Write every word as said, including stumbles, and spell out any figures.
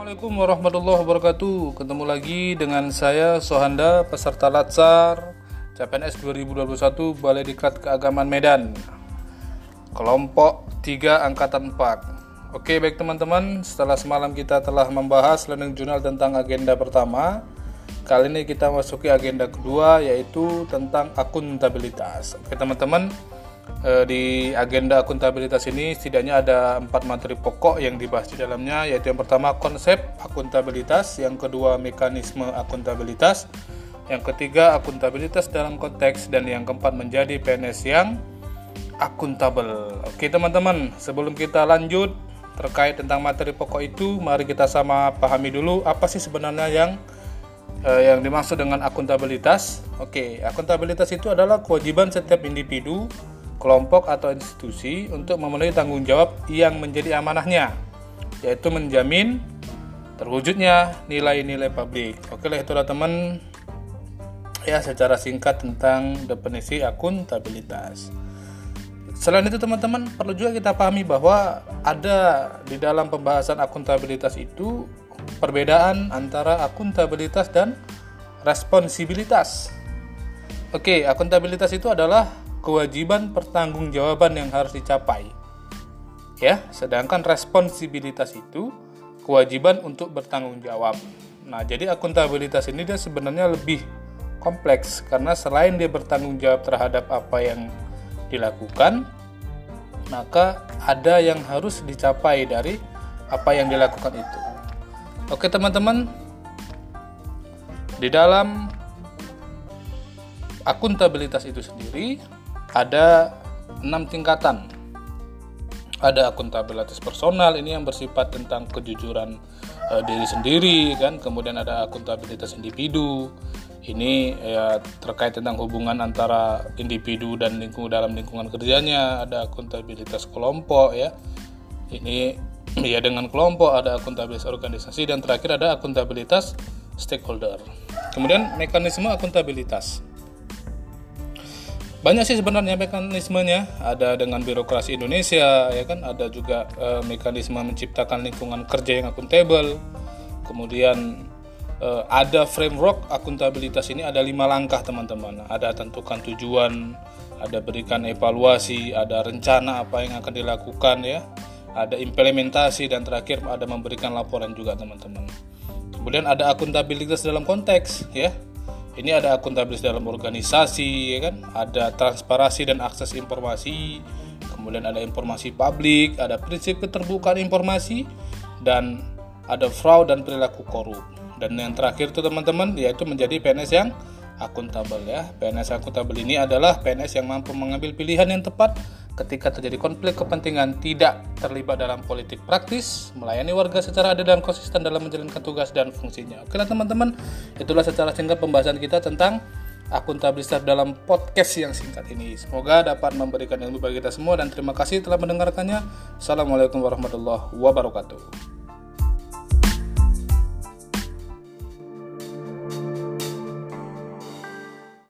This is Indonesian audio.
Assalamualaikum warahmatullahi wabarakatuh. Ketemu lagi dengan saya Sohanda, peserta Latsar C P N S dua ribu dua puluh satu Balai Diklat Keagamaan Medan, kelompok tiga angkatan empat. Oke, baik teman-teman, setelah semalam kita telah membahas learning journal tentang agenda pertama, kali ini kita masuki agenda kedua, yaitu tentang akuntabilitas. Oke teman-teman, di agenda akuntabilitas ini setidaknya ada empat materi pokok yang dibahas di dalamnya, yaitu yang pertama konsep akuntabilitas, yang kedua mekanisme akuntabilitas, yang ketiga akuntabilitas dalam konteks, dan yang keempat menjadi P N S yang akuntabel. Oke teman-teman, sebelum kita lanjut terkait tentang materi pokok itu, mari kita sama pahami dulu apa sih sebenarnya yang eh, yang dimaksud dengan akuntabilitas. Oke, akuntabilitas itu adalah kewajiban setiap individu, kelompok atau institusi untuk memenuhi tanggung jawab yang menjadi amanahnya, yaitu menjamin terwujudnya nilai-nilai publik. Oke lah, itulah teman ya secara singkat tentang definisi akuntabilitas. Selain itu teman-teman, perlu juga kita pahami bahwa ada di dalam pembahasan akuntabilitas itu perbedaan antara akuntabilitas dan responsibilitas. Oke, akuntabilitas itu adalah kewajiban pertanggungjawaban yang harus dicapai, ya. Sedangkan responsibilitas itu kewajiban untuk bertanggung jawab. Nah, jadi akuntabilitas ini dia sebenarnya lebih kompleks karena selain dia bertanggung jawab terhadap apa yang dilakukan, maka ada yang harus dicapai dari apa yang dilakukan itu. Oke teman-teman, di dalam akuntabilitas itu sendiri ada enam tingkatan. Ada akuntabilitas personal, ini yang bersifat tentang kejujuran e, diri sendiri kan. Kemudian ada akuntabilitas individu, ini ya terkait tentang hubungan antara individu dan lingkungan dalam lingkungan kerjanya. Ada akuntabilitas kelompok ya, ini ya dengan kelompok. Ada akuntabilitas organisasi, dan terakhir ada akuntabilitas stakeholder. Kemudian mekanisme akuntabilitas, banyak sih sebenarnya mekanismenya. Ada dengan birokrasi Indonesia ya kan, ada juga e, mekanisme menciptakan lingkungan kerja yang akuntabel. Kemudian e, ada framework akuntabilitas ini, ada lima langkah teman-teman. Ada tentukan tujuan, ada berikan evaluasi, ada rencana apa yang akan dilakukan ya, ada implementasi, dan terakhir ada memberikan laporan juga teman-teman. Kemudian ada akuntabilitas dalam konteks ya. Ini ada akuntabilitas dalam organisasi, ya kan? Ada transparansi dan akses informasi, kemudian ada informasi publik, ada prinsip keterbukaan informasi, dan ada fraud dan perilaku korup. Dan yang terakhir itu teman-teman, yaitu menjadi P N S yang akuntabel ya. P N S akuntabel ini adalah P N S yang mampu mengambil pilihan yang tepat ketika terjadi konflik kepentingan, tidak terlibat dalam politik praktis, melayani warga secara adil dan konsisten dalam menjalankan tugas dan fungsinya. Oke lah teman-teman, itulah secara singkat pembahasan kita tentang akuntabilitas dalam podcast yang singkat ini. Semoga dapat memberikan ilmu bagi kita semua, dan terima kasih telah mendengarkannya. Assalamualaikum warahmatullahi wabarakatuh.